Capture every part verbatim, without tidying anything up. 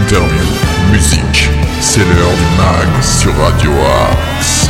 interviews, musique. C'est l'heure du mag sur Radio Axe.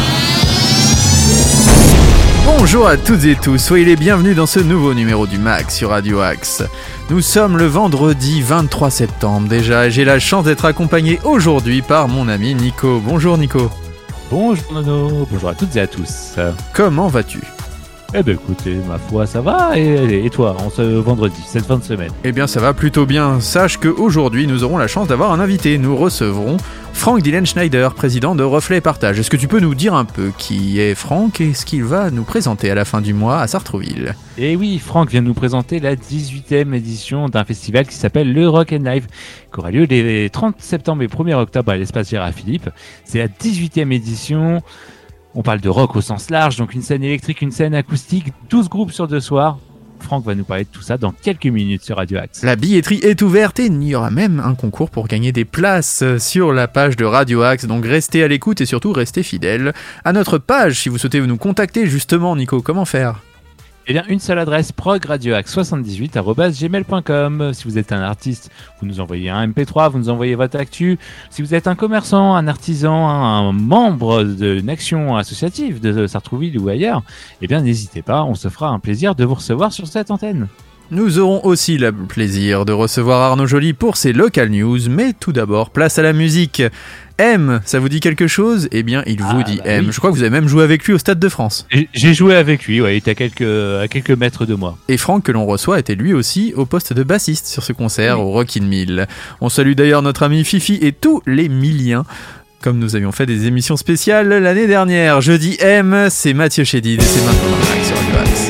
Bonjour à toutes et tous, soyez les bienvenus dans ce nouveau numéro du mag sur Radio Axe. Nous sommes le vendredi vingt-trois septembre déjà et j'ai la chance d'être accompagné aujourd'hui par mon ami Nico. Bonjour Nico. Bonjour Nono, bonjour à toutes et à tous. Comment vas-tu ? Eh ben écoutez, ma foi, ça va, et, et toi, en ce vendredi, cette fin de semaine ? Eh bien ça va plutôt bien, sache qu'aujourd'hui nous aurons la chance d'avoir un invité, nous recevrons Frank Dylan Schneider, président de Reflet Partage. Est-ce que tu peux nous dire un peu qui est Frank et ce qu'il va nous présenter à la fin du mois à Sartrouville ? Eh oui, Frank vient nous présenter la dix-huitième édition d'un festival qui s'appelle le Rock and Live, qui aura lieu les trente septembre et premier octobre à l'espace Gérard Philippe. C'est la dix-huitième édition. On parle de rock au sens large, donc une scène électrique, une scène acoustique, douze groupes sur deux soirs. Franck va nous parler de tout ça dans quelques minutes sur Radio Axe. La billetterie est ouverte et il y aura même un concours pour gagner des places sur la page de Radio Axe. Donc restez à l'écoute et surtout restez fidèles à notre page si vous souhaitez nous contacter. Justement, Nico, comment faire ? Eh bien, une seule adresse, progradioaxe soixante-dix-huit arobase gmail point com. Si vous êtes un artiste, vous nous envoyez un M P trois, vous nous envoyez votre actu. Si vous êtes un commerçant, un artisan, un membre d'une action associative de Sartrouville ou ailleurs, eh bien, n'hésitez pas, on se fera un plaisir de vous recevoir sur cette antenne. Nous aurons aussi le plaisir de recevoir Arnaud Joly pour ses local news, mais tout d'abord, place à la musique. M, ça vous dit quelque chose ? Eh bien, il vous ah, dit bah M. Oui. Je crois que vous avez même joué avec lui au Stade de France. J'ai joué avec lui, ouais, il était à quelques, à quelques mètres de moi. Et Franck, que l'on reçoit, était lui aussi au poste de bassiste sur ce concert oui. au Rockin' Mill. On salue d'ailleurs notre ami Fifi et tous les milliens, comme nous avions fait des émissions spéciales l'année dernière. Jeudi M, c'est Mathieu Chédid et c'est maintenant dans sur Radio Axe.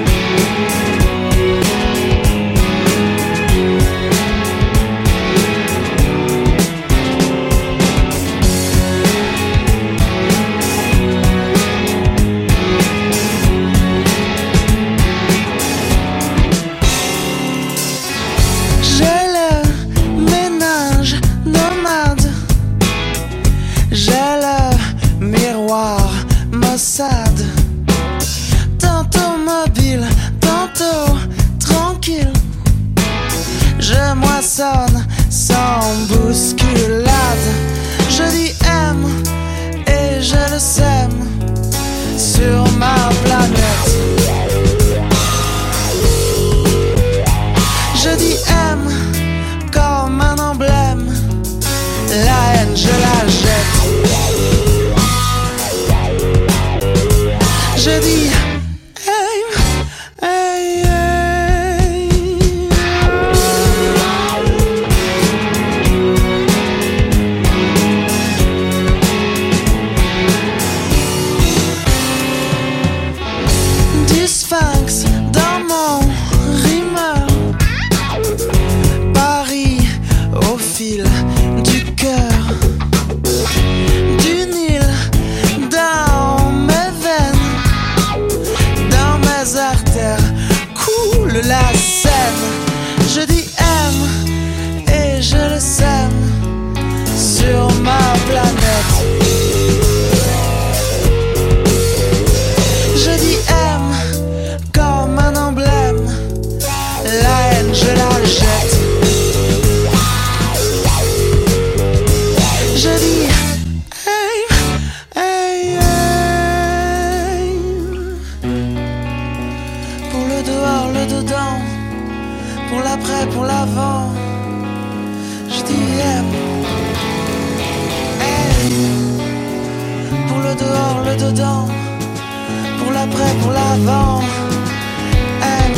Tantôt mobile, tantôt tranquille. Je moissonne sans bousculade. Je dis M et je le sème sur ma planète. Je dis M comme un emblème. La haine, je la jette. Je dis hey, hey, hey. Du sphinx dans mon rimeur. Paris au fil du cœur. Du Nil dans mes veines. Artères coule la Seine. Je dis M et je le sème sur ma planète. Je dis M comme un emblème. La haine je la jette. Je dis dedans, pour l'après, pour l'avant. Je dis M, hey. Pour le dehors, le dedans, pour l'après, pour l'avant. M,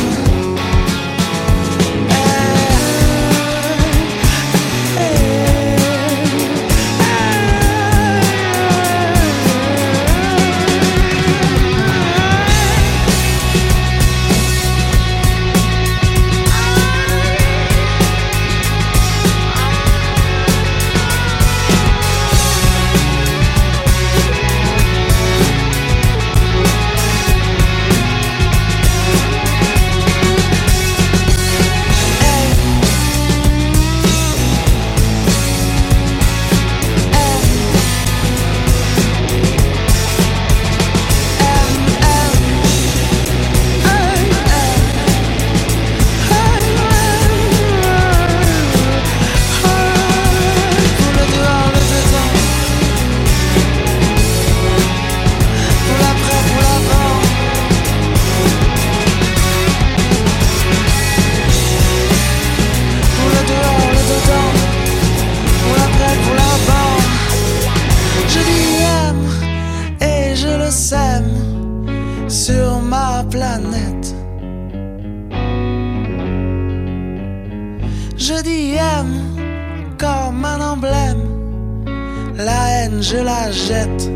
Je dis aime comme un emblème, la haine je la jette.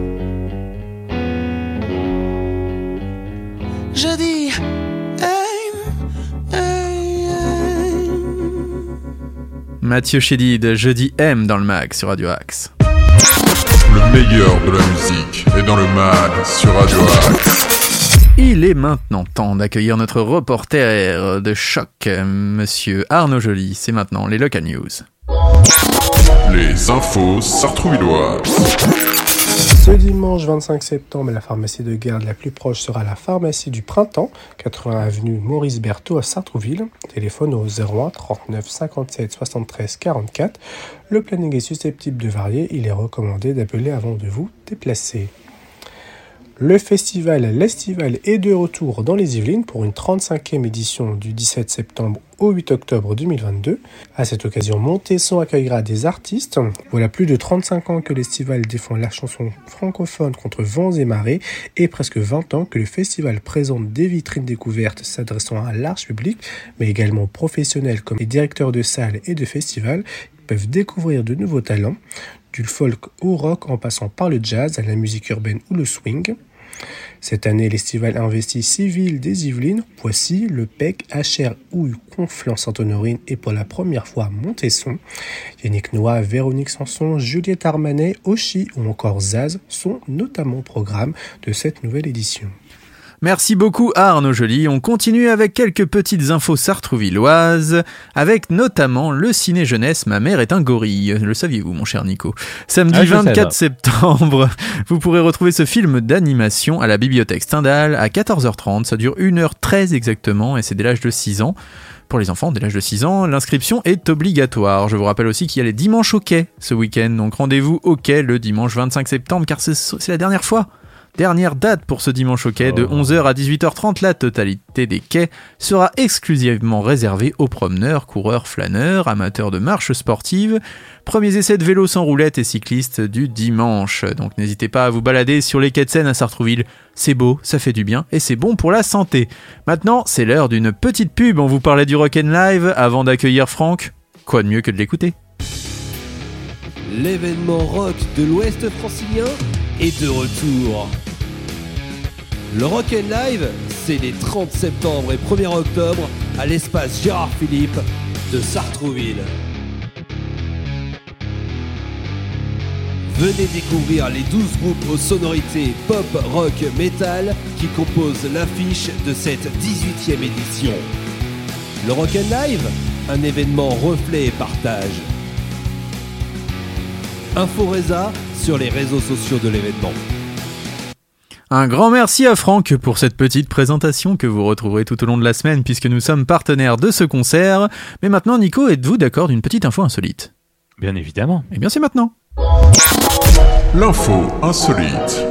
Je dis aime, aime. Mathieu Chédid, jeudi M dans le mag sur Radio Axe. Le meilleur de la musique est dans le mag sur Radio Axe. Il est maintenant temps d'accueillir notre reporter de choc, monsieur Arnaud Joly. C'est maintenant les Local News. Les infos sartrouvilloises. Ce dimanche vingt-cinq septembre, la pharmacie de garde la plus proche sera la pharmacie du Printemps, quatre-vingts avenue Maurice Berthaud à Sartrouville. Téléphone au zéro un trente-neuf cinquante-sept soixante-treize quarante-quatre. Le planning est susceptible de varier. Il est recommandé d'appeler avant de vous déplacer. Le festival L'Estival est de retour dans les Yvelines pour une trente-cinquième édition du dix-sept septembre au huit octobre deux mille vingt-deux. À cette occasion, Montesson accueillera des artistes. Voilà plus de trente-cinq ans que l'Estival défend la chanson francophone contre vents et marées et presque vingt ans que le festival présente des vitrines découvertes s'adressant à un large public, mais également professionnels comme les directeurs de salles et de festivals. Ils peuvent découvrir de nouveaux talents, du folk au rock en passant par le jazz, à la musique urbaine ou le swing. Cette année, l'Estival investit six villes des Yvelines, Poissy, Le Pec, Achères, Houille, Conflans, Sainte-Honorine et pour la première fois Montesson. Yannick Noah, Véronique Sanson, Juliette Armanet, Auchy ou encore Zaz sont notamment au programme de cette nouvelle édition. Merci beaucoup à Arnaud Joly. On continue avec quelques petites infos sartrouvilloises, avec notamment le ciné jeunesse Ma mère est un gorille. Le saviez-vous, mon cher Nico? Samedi ah, vingt-quatre septembre, vous pourrez retrouver ce film d'animation à la bibliothèque Stendhal à quatorze heures trente. Ça dure une heure treize exactement et c'est dès l'âge de six ans. Pour les enfants dès l'âge de six ans, l'inscription est obligatoire. Je vous rappelle aussi qu'il y a les dimanches au quai ce week-end. Donc rendez-vous au quai le dimanche vingt-cinq septembre car c'est, c'est la dernière fois. Dernière date pour ce dimanche au quai, de onze heures à dix-huit heures trente, la totalité des quais sera exclusivement réservée aux promeneurs, coureurs, flâneurs, amateurs de marche sportive, premiers essais de vélo sans roulette et cyclistes du dimanche. Donc n'hésitez pas à vous balader sur les quais de Seine à Sartrouville, c'est beau, ça fait du bien et c'est bon pour la santé. Maintenant, c'est l'heure d'une petite pub, on vous parlait du Rock and Live avant d'accueillir Franck. Quoi de mieux que de l'écouter ? L'événement rock de l'Ouest francilien est de retour. Le Rock and Live, c'est les trente septembre et premier octobre à l'espace Gérard Philippe de Sartrouville. Venez découvrir les douze groupes aux sonorités pop, rock, metal qui composent l'affiche de cette dix-huitième édition. Le Rock and Live, un événement reflet et partage. Inforesa sur les réseaux sociaux de l'événement. Un grand merci à Franck pour cette petite présentation que vous retrouverez tout au long de la semaine puisque nous sommes partenaires de ce concert. Mais maintenant, Nico, êtes-vous d'accord d'une petite info insolite ? Bien évidemment. Eh bien, c'est maintenant. L'info insolite.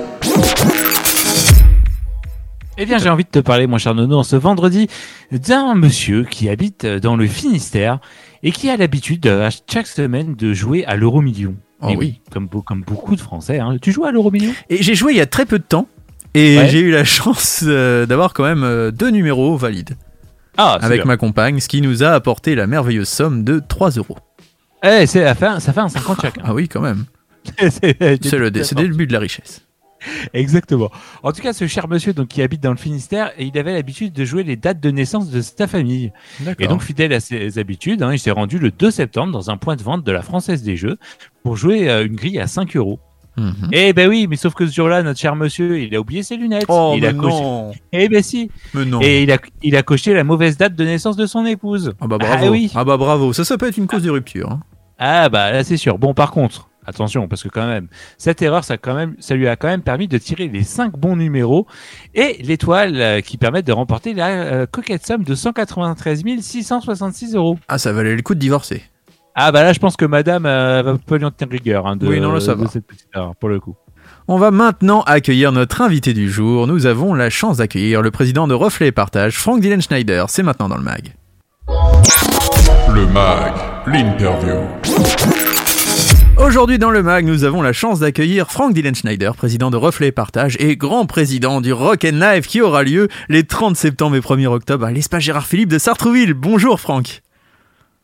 Eh bien, j'ai envie de te parler, mon cher Nono, en ce vendredi, d'un monsieur qui habite dans le Finistère et qui a l'habitude, à chaque semaine, de jouer à l'euro-million. Oh et oui. Comme, comme beaucoup de Français. Hein. Tu joues à l'euro-million ? Et j'ai joué il y a très peu de temps et ouais. j'ai eu la chance euh, d'avoir quand même euh, deux numéros valides. Ah, avec bien. ma compagne, ce qui nous a apporté la merveilleuse somme de trois euros. Eh, c'est, ça, fait un, ça fait un cinquante chacun. Ah oui, quand même. c'est, c'est, c'est, le, c'est le début de la richesse. Exactement. En tout cas, ce cher monsieur donc, qui habite dans le Finistère, et il avait l'habitude de jouer les dates de naissance de sa famille. D'accord. Et donc, fidèle à ses habitudes, hein, il s'est rendu le deux septembre dans un point de vente de la Française des Jeux pour jouer euh, une grille à cinq euros. Mm-hmm. Eh ben oui, mais sauf que ce jour-là, notre cher monsieur, il a oublié ses lunettes. Oh, il mais a coché... non. Eh ben si. Mais non. Et il a, il a coché la mauvaise date de naissance de son épouse. Ah bah bravo. Ah oui. Ah bah bravo. Ça, ça peut être une cause de rupture. Hein. Ah bah là, c'est sûr. Bon, par contre, attention, parce que quand même, cette erreur, ça, quand même, ça lui a quand même permis de tirer les cinq bons numéros et l'étoile euh, qui permettent de remporter la euh, coquette somme de cent quatre-vingt-treize mille six cent soixante-six euros. Ah, ça valait le coup de divorcer. Ah bah là, je pense que madame euh, va pas lui en tenir rigueur hein, de, oui, non, là, ça de va. cette petite erreur, pour le coup. On va maintenant accueillir notre invité du jour. Nous avons la chance d'accueillir le président de Reflet et Partage, Franck Dylan Schneider. C'est maintenant dans le mag. Le mag, l'interview. Aujourd'hui dans le mag, nous avons la chance d'accueillir Franck Dylan Schneider, président de Reflet et Partage et grand président du Rock and Live qui aura lieu les trente septembre et premier octobre à l'espace Gérard Philippe de Sartrouville. Bonjour Franck.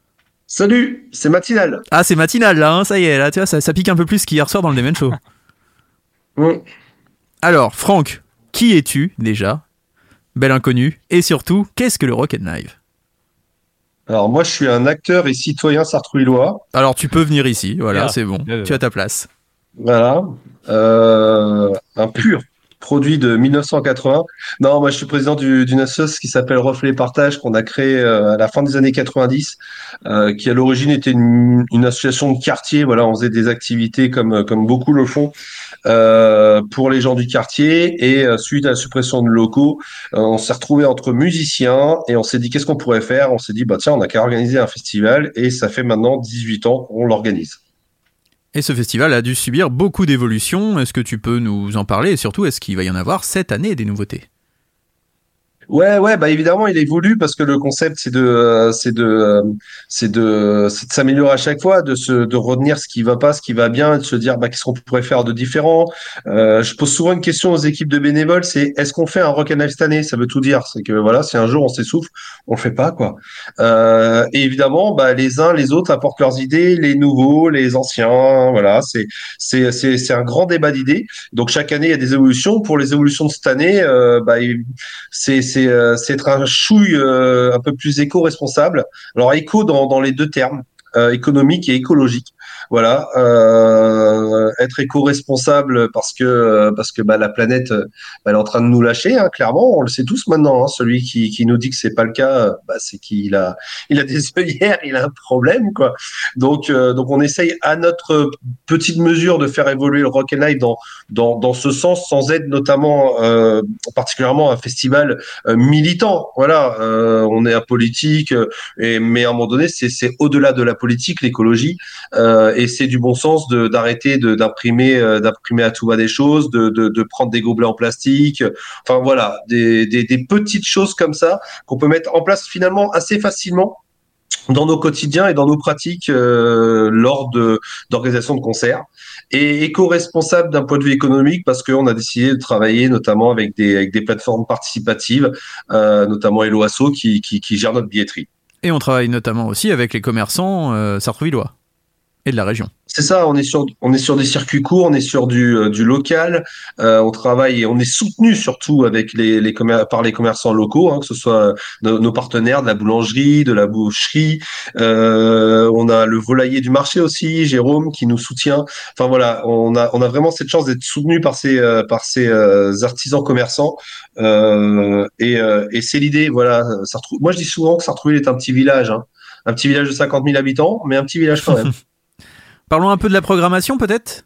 Salut, c'est Matinal. Ah, c'est matinal là, hein, ça y est, là, tu vois, ça, ça pique un peu plus qu'hier soir dans le Demen Show. Mm. Alors, Franck, qui es-tu déjà? Bel inconnu. Et surtout, qu'est-ce que le Rock'n'Live? Alors moi, je suis un acteur et citoyen sartrouillois. Alors, tu peux venir ici, voilà, Ah, c'est bon, ouais, ouais, tu as ouais. ta place. Voilà, euh, un pur produit de mille neuf cent quatre-vingts. Non, moi je suis président du- d'une association qui s'appelle Reflet Partage qu'on a créée euh, à la fin des années quatre-vingt-dix, euh, qui à l'origine était une, une association de quartier. Voilà, on faisait des activités comme comme beaucoup le font euh, pour les gens du quartier. Et euh, suite à la suppression de locaux, euh, on s'est retrouvé entre musiciens et on s'est dit qu'est-ce qu'on pourrait faire. On s'est dit bah tiens, on n'a qu'à organiser un festival et ça fait maintenant dix-huit ans qu'on l'organise. Et ce festival a dû subir beaucoup d'évolutions. Est-ce que tu peux nous en parler? Et surtout, est-ce qu'il va y en avoir cette année des nouveautés? Ouais, ouais, bah évidemment, il évolue parce que le concept, c'est de, euh, c'est de, euh, c'est de, c'est de s'améliorer à chaque fois, de se, de retenir ce qui va pas, ce qui va bien, et de se dire, bah, qu'est-ce qu'on pourrait faire de différent. Euh, je pose souvent une question aux équipes de bénévoles, c'est est-ce qu'on fait un Rock'n'Live cette année? Ça veut tout dire. C'est que voilà, si un jour on s'essouffle, on le fait pas, quoi. Euh, et évidemment, bah, les uns, les autres apportent leurs idées, les nouveaux, les anciens, voilà. C'est, c'est, c'est, c'est un grand débat d'idées. Donc chaque année, il y a des évolutions. Pour les évolutions de cette année, euh, bah, il- c'est c'est euh, c'est être un chouille euh, un peu plus éco-responsable. Alors éco dans dans les deux termes, euh, économique et écologique. Voilà, euh, être éco-responsable parce que euh, parce que bah la planète euh, bah, elle est en train de nous lâcher, hein, clairement, on le sait tous maintenant. Hein, celui qui qui nous dit que c'est pas le cas, euh, bah, c'est qu'il a il a des œillères, il a un problème quoi. Donc euh, donc on essaye à notre petite mesure de faire évoluer le Rock'n'Live dans dans dans ce sens, sans être notamment euh, particulièrement un festival euh, militant. Voilà, euh, on est apolitique, euh, et, mais à un moment donné, c'est, c'est au-delà de la politique, l'écologie, euh, et c'est du bon sens de, d'arrêter de, d'imprimer, euh, d'imprimer à tout va des choses, de, de, de prendre des gobelets en plastique. Enfin voilà, des, des, des petites choses comme ça qu'on peut mettre en place finalement assez facilement dans nos quotidiens et dans nos pratiques euh, lors de d'organisation de concerts, et éco-responsable d'un point de vue économique parce qu'on a décidé de travailler notamment avec des avec des plateformes participatives, euh, notamment Hello Asso qui, qui qui gère notre billetterie. Et on travaille notamment aussi avec les commerçants euh, sartrouvillois et de la région. C'est ça, on est sur on est sur des circuits courts, on est sur du euh, du local, euh, on travaille et on est soutenu surtout avec les les commer- par les commerçants locaux, hein, que ce soit nos, nos partenaires de la boulangerie, de la boucherie, euh, on a le volailler du marché aussi, Jérôme qui nous soutient. Enfin voilà, on a on a vraiment cette chance d'être soutenu par ces euh, par ces euh, artisans commerçants, euh, et euh, et c'est l'idée. Voilà, Sartrou- moi je dis souvent que Sartrouville est un petit village, hein, un petit village de cinquante mille habitants, mais un petit village quand même. Parlons un peu de la programmation peut-être?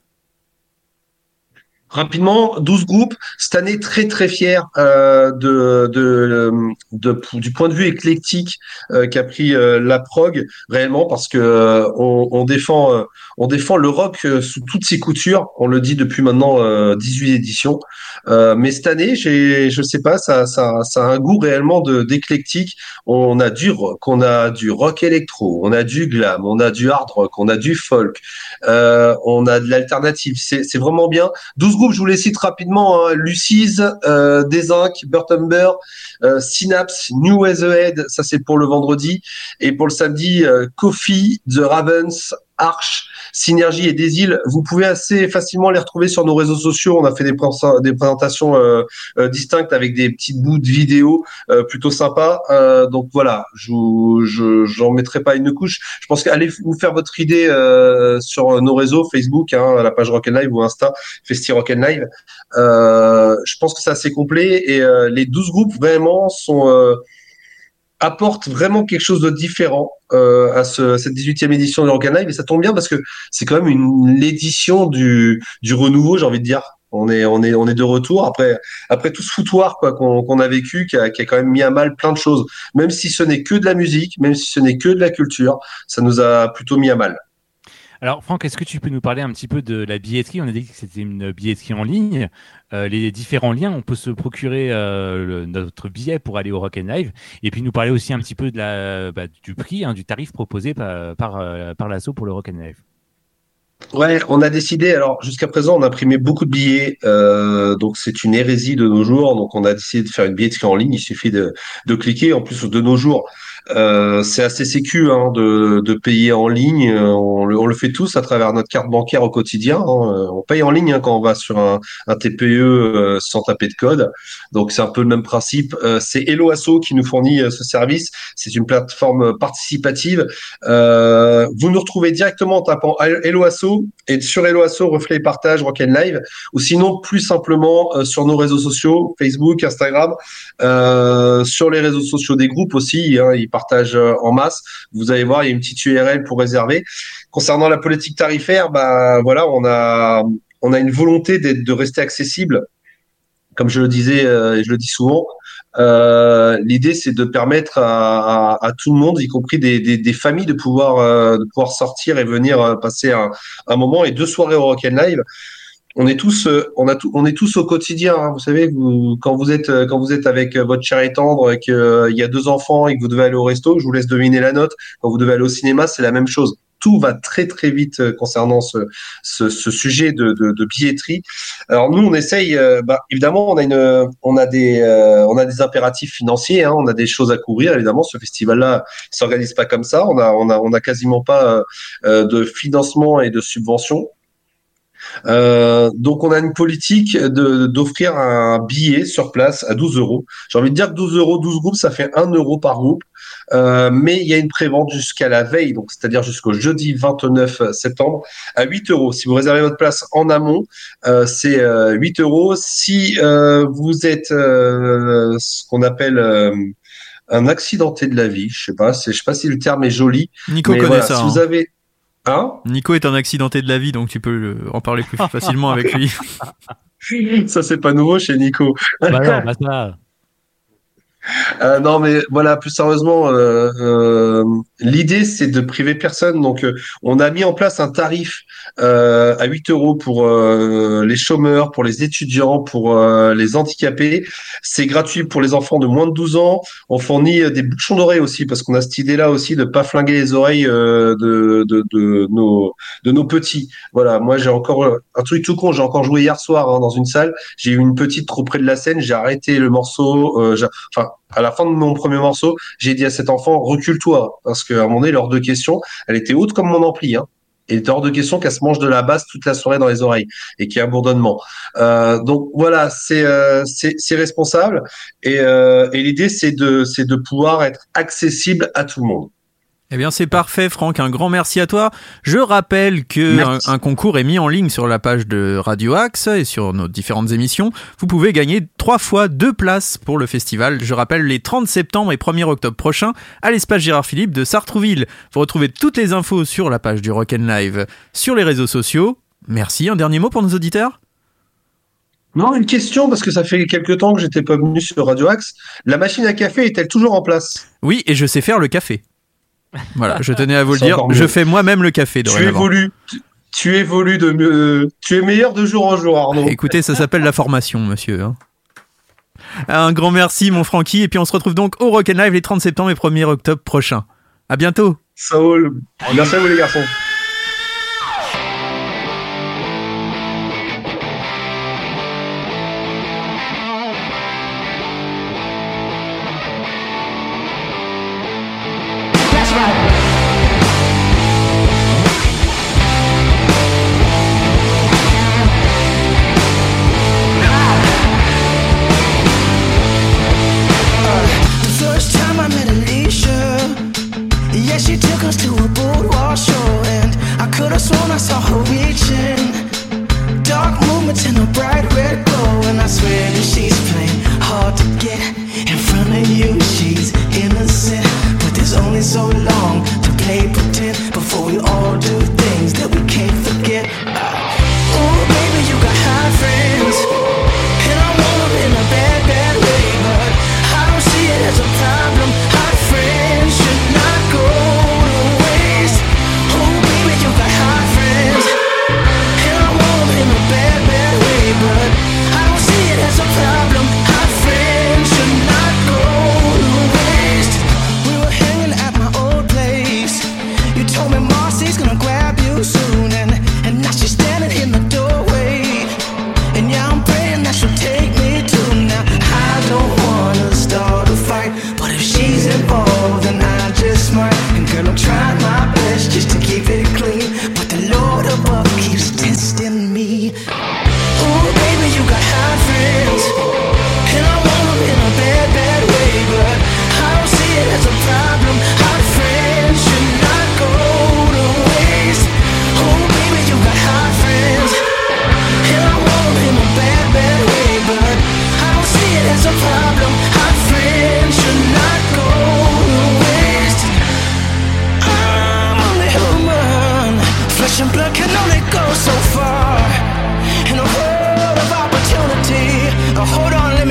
Rapidement, douze groupes. Cette année, très très fier euh, de, de, de, du point de vue éclectique euh, qu'a pris euh, la prog réellement, parce que euh, on, on défend euh, on défend le rock euh, sous toutes ses coutures. On le dit depuis maintenant euh, dix-huit éditions. Euh, mais cette année, j'ai je sais pas, ça ça ça a un goût réellement de d'éclectique. On a du rock, on a du rock électro, on a du glam, on a du hard rock, on a du folk, euh, on a de l'alternative. C'est c'est vraiment bien. douze groupes, je vous les cite rapidement, hein. Lucis, euh, Dezinc, Burtumber, euh, Synapse, New Weatherhead, ça c'est pour le vendredi. Et pour le samedi, euh, Coffee, The Ravens, Arch, Synergie et des îles. Vous pouvez assez facilement les retrouver sur nos réseaux sociaux. On a fait des, pré- des présentations euh, euh, distinctes avec des petites bouts de vidéos euh, plutôt sympas. Euh, donc voilà, je vous- je j'en mettrai pas une couche. Je pense qu'allez vous faire votre idée euh, sur nos réseaux Facebook, hein, la page Rock'n'Live ou Insta, Festi Rock'n'Live. Euh, je pense que c'est assez complet et euh, les douze groupes vraiment sont euh, apportent vraiment quelque chose de différent euh, à, ce, à cette dix-huitième édition de Rock'n'Live, et ça tombe bien parce que c'est quand même une l'édition du du renouveau, j'ai envie de dire. On est on est on est de retour après après tout ce foutoir quoi qu'on qu'on a vécu, qui a, qui a quand même mis à mal plein de choses. Même si ce n'est que de la musique, même si ce n'est que de la culture, ça nous a plutôt mis à mal. Alors, Franck, est-ce que tu peux nous parler un petit peu de la billetterie? On a dit que c'était une billetterie en ligne. Euh, les différents liens, on peut se procurer euh, le- notre billet pour aller au Rock'n'Live. Et puis nous parler aussi un petit peu de la, bah, du prix, hein, du tarif proposé par, par, euh, par l'asso pour le Rock'n'Live. Ouais, on a décidé. Alors jusqu'à présent, on a imprimé beaucoup de billets, euh, donc c'est une hérésie de nos jours. Donc on a décidé de faire une billetterie en ligne. Il suffit de, de cliquer. En plus, de nos jours, Euh, c'est assez sécu hein, de, de payer en ligne. On le, on le fait tous à travers notre carte bancaire au quotidien. Hein. On paye en ligne hein, quand on va sur un, un T P E euh, sans taper de code. Donc c'est un peu le même principe. Euh, c'est Hello Asso qui nous fournit euh, ce service. C'est une plateforme participative. Euh, vous nous retrouvez directement en tapant Hello Asso et sur Hello Asso reflet et partage Rock'n'Live, ou sinon plus simplement euh, sur nos réseaux sociaux, Facebook, Instagram, euh, sur les réseaux sociaux des groupes aussi. Hein, ils partagent euh, en masse. Vous allez voir, il y a une petite U R L pour réserver. Concernant la politique tarifaire, bah voilà, on a on a une volonté d'être, de rester accessible. Comme je le disais euh, et je le dis souvent, euh, l'idée c'est de permettre à, à, à tout le monde, y compris des, des, des familles, de pouvoir euh, de pouvoir sortir et venir euh, passer un, un moment et deux soirées au Rock'n'Live. On est tous, euh, on a tout, on est tous au quotidien. Hein, vous savez, vous, quand vous êtes quand vous êtes avec votre chair et tendre et qu'il euh, y a deux enfants et que vous devez aller au resto, je vous laisse deviner la note. Quand vous devez aller au cinéma, c'est la même chose. Tout va très très vite concernant ce, ce, ce sujet de, de, de billetterie. Alors nous, on essaye. Euh, bah, évidemment, on a une, on a des, euh, on a des impératifs financiers. Hein, on a des choses à couvrir. Évidemment, ce festival-là, il s'organise pas comme ça. On a, on a, on a quasiment pas euh, de financement et de subventions. Euh, donc on a une politique de, d'offrir un billet sur place à douze euros. J'ai envie de dire que douze euros, douze groupes, ça fait un euro par groupe. Euh, mais il y a une prévente jusqu'à la veille, donc c'est-à-dire jusqu'au jeudi vingt-neuf septembre à huit euros. Si vous réservez votre place en amont, euh, c'est euh, huit euros. Si euh, vous êtes euh, ce qu'on appelle euh, un accidenté de la vie, je sais pas, c'est, je sais pas si le terme est joli. Nico mais connaît voilà, ça. Si hein. vous avez Hein Nico est un accidenté de la vie, donc tu peux en parler plus facilement avec lui. Ça, c'est pas nouveau chez Nico. Bah non, bah ça. Euh, non, mais voilà, plus sérieusement, euh, euh, l'idée c'est de priver personne. Donc, euh, on a mis en place un tarif euh, à huit euros pour euh, les chômeurs, pour les étudiants, pour euh, les handicapés. C'est gratuit pour les enfants de moins de douze ans. On fournit euh, des bouchons d'oreilles aussi, parce qu'on a cette idée-là aussi de pas flinguer les oreilles euh, de, de, de nos de nos petits. Voilà, moi j'ai encore euh, un truc tout con. J'ai encore joué hier soir hein, dans une salle. J'ai eu une petite trop près de la scène. J'ai arrêté le morceau. Euh, j'ai, enfin. À la fin de mon premier morceau, j'ai dit à cet enfant, recule-toi, parce qu'à un moment donné, l'heure de question, elle était haute comme mon ampli, hein. Il était hors de question qu'elle se mange de la basse toute la soirée dans les oreilles et qu'il y ait un bourdonnement. Euh, donc voilà, c'est euh, c'est, c'est responsable et, euh, et l'idée c'est de c'est de pouvoir être accessible à tout le monde. Eh bien, c'est parfait, Franck. Un grand merci à toi. Je rappelle que un, un concours est mis en ligne sur la page de Radio Axe et sur nos différentes émissions. Vous pouvez gagner trois fois deux places pour le festival. Je rappelle les trente septembre et premier octobre prochains à l'espace Gérard Philippe de Sartrouville. Vous retrouvez toutes les infos sur la page du Rock'n'Live, sur les réseaux sociaux. Merci. Un dernier mot pour nos auditeurs ? Non, une question, parce que ça fait quelques temps que j'étais pas venu sur Radio Axe. La machine à café est-elle toujours en place ? Oui, et je sais faire le café. Voilà, je tenais à vous le C'est dire. encore mieux. Je fais moi-même le café Tu dorénavant. évolues, tu, tu évolues de mieux, tu es meilleur de jour en jour, Arnaud. Écoutez, ça s'appelle la formation, monsieur. Hein. Un grand merci, mon Francky. Et puis on se retrouve donc au Rock'n'Live les trente septembre et premier octobre prochains. À bientôt. Saoul, merci à vous les garçons. First time I met Alicia, yeah, she took us to a boardwalk show. And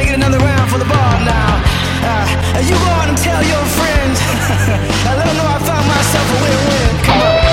make it another round for the bar now. Uh, you go out and tell your friends. I let them know I found myself a win-win. Come on.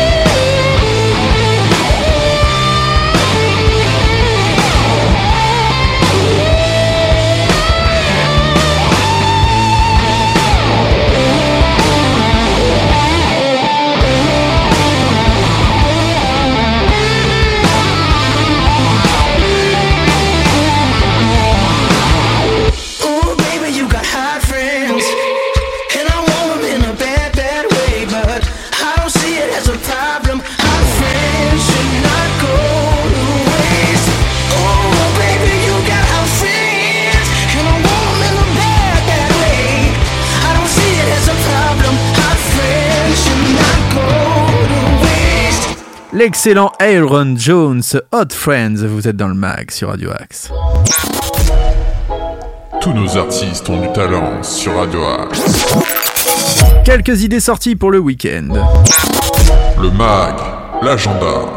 L'excellent Aaron Jones, Hot Friends, vous êtes dans le mag sur Radio Axe. Tous nos artistes ont du talent sur Radio Axe. Quelques idées sorties pour le week-end. Le mag, l'agenda.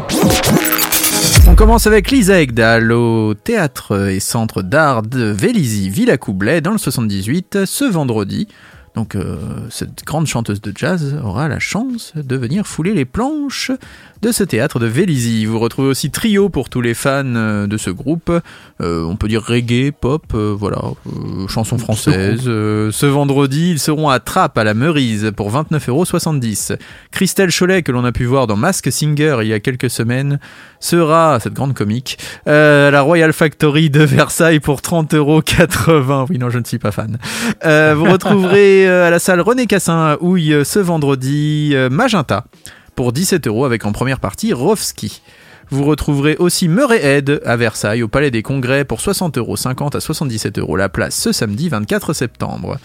On commence avec Lisa Ekdahl au Théâtre et Centre d'Art de Vélizy, Villacoublay, dans le soixante-dix-huit, ce vendredi. Donc euh, cette grande chanteuse de jazz aura la chance de venir fouler les planches de ce théâtre de Vélizy. Vous retrouvez aussi Trio pour tous les fans de ce groupe. Euh, on peut dire reggae, pop, euh, voilà, euh, chansons françaises. Euh, ce vendredi, ils seront à Trappes, à la Meurise, pour vingt-neuf euros soixante-dix. Christelle Cholet, que l'on a pu voir dans Masked Singer il y a quelques semaines, sera, cette grande comique, euh, à la Royal Factory de Versailles pour trente euros quatre-vingts. Oui, non, je ne suis pas fan. Euh, vous retrouverez à la salle René Cassin à Houille ce vendredi euh, Magenta pour dix-sept euros avec en première partie Rovski. Vous retrouverez aussi Murray Head à Versailles au Palais des Congrès pour soixante euros cinquante à soixante-dix-sept euros la place ce samedi vingt-quatre septembre.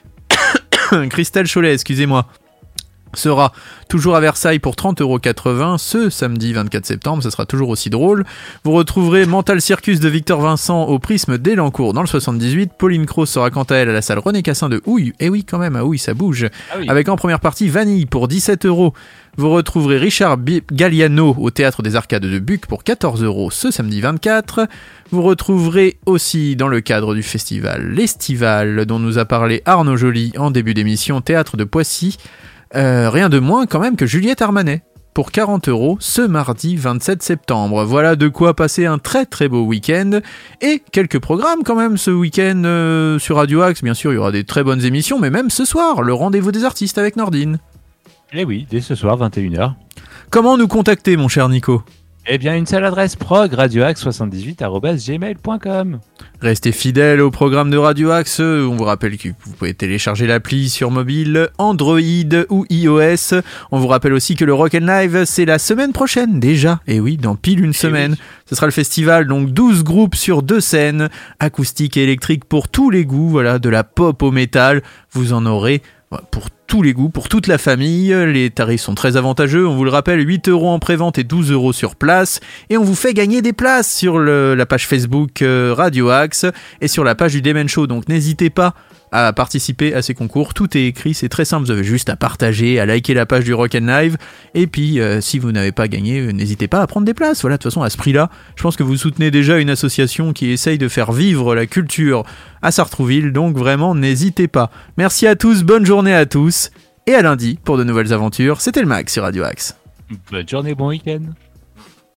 Christelle Cholet, excusez-moi, sera toujours à Versailles pour trente euros quatre-vingts ce samedi vingt-quatre septembre, ce sera toujours aussi drôle. Vous retrouverez Mental Circus de Victor Vincent au Prisme d'Elancourt dans le soixante-dixhuit. Pauline Croce sera quant à elle à la salle René Cassin de Houille, et oui quand même à Houille ça bouge, ah oui. Avec en première partie Vanille pour dix-sept euros. Vous retrouverez Richard B- Galliano au Théâtre des Arcades de Buc pour quatorze euros ce samedi vingt-quatre. Vous retrouverez aussi dans le cadre du festival L'Estival dont nous a parlé Arnaud Joly en début d'émission, Théâtre de Poissy, Euh, rien de moins quand même que Juliette Armanet pour quarante euros ce mardi vingt-sept septembre. Voilà de quoi passer un très très beau week-end et quelques programmes quand même ce week-end euh, sur Radio Axe. Bien sûr, il y aura des très bonnes émissions, mais même ce soir, le rendez-vous des artistes avec Nordine. Eh oui, dès ce soir, vingt et une heures. Comment nous contacter, mon cher Nico ? Eh bien, une seule adresse, prog radioaxe soixante-dix-huit arobase gmail point com. Restez fidèles au programme de Radio Axe. On vous rappelle que vous pouvez télécharger l'appli sur mobile, Android ou iOS. On vous rappelle aussi que le Rock'n'Live, c'est la semaine prochaine déjà. Et oui, dans pile une semaine. Oui. Ce sera le festival, donc douze groupes sur deux scènes, acoustique et électrique pour tous les goûts, voilà, de la pop au métal. Vous en aurez pour tous les goûts, pour toute la famille. Les tarifs sont très avantageux, on vous le rappelle, huit euros en pré-vente et douze euros sur place, et on vous fait gagner des places sur le, la page Facebook euh, Radio Axe et sur la page du Demen Show, donc n'hésitez pas à participer à ces concours, tout est écrit, c'est très simple, vous avez juste à partager, à liker la page du Rock'n'Live, et puis euh, si vous n'avez pas gagné, n'hésitez pas à prendre des places. Voilà, de toute façon à ce prix-là, je pense que vous soutenez déjà une association qui essaye de faire vivre la culture à Sartrouville, donc vraiment n'hésitez pas. Merci à tous, bonne journée à tous, et à lundi pour de nouvelles aventures. C'était le Mag sur Radio Axe. Bonne journée, bon week-end.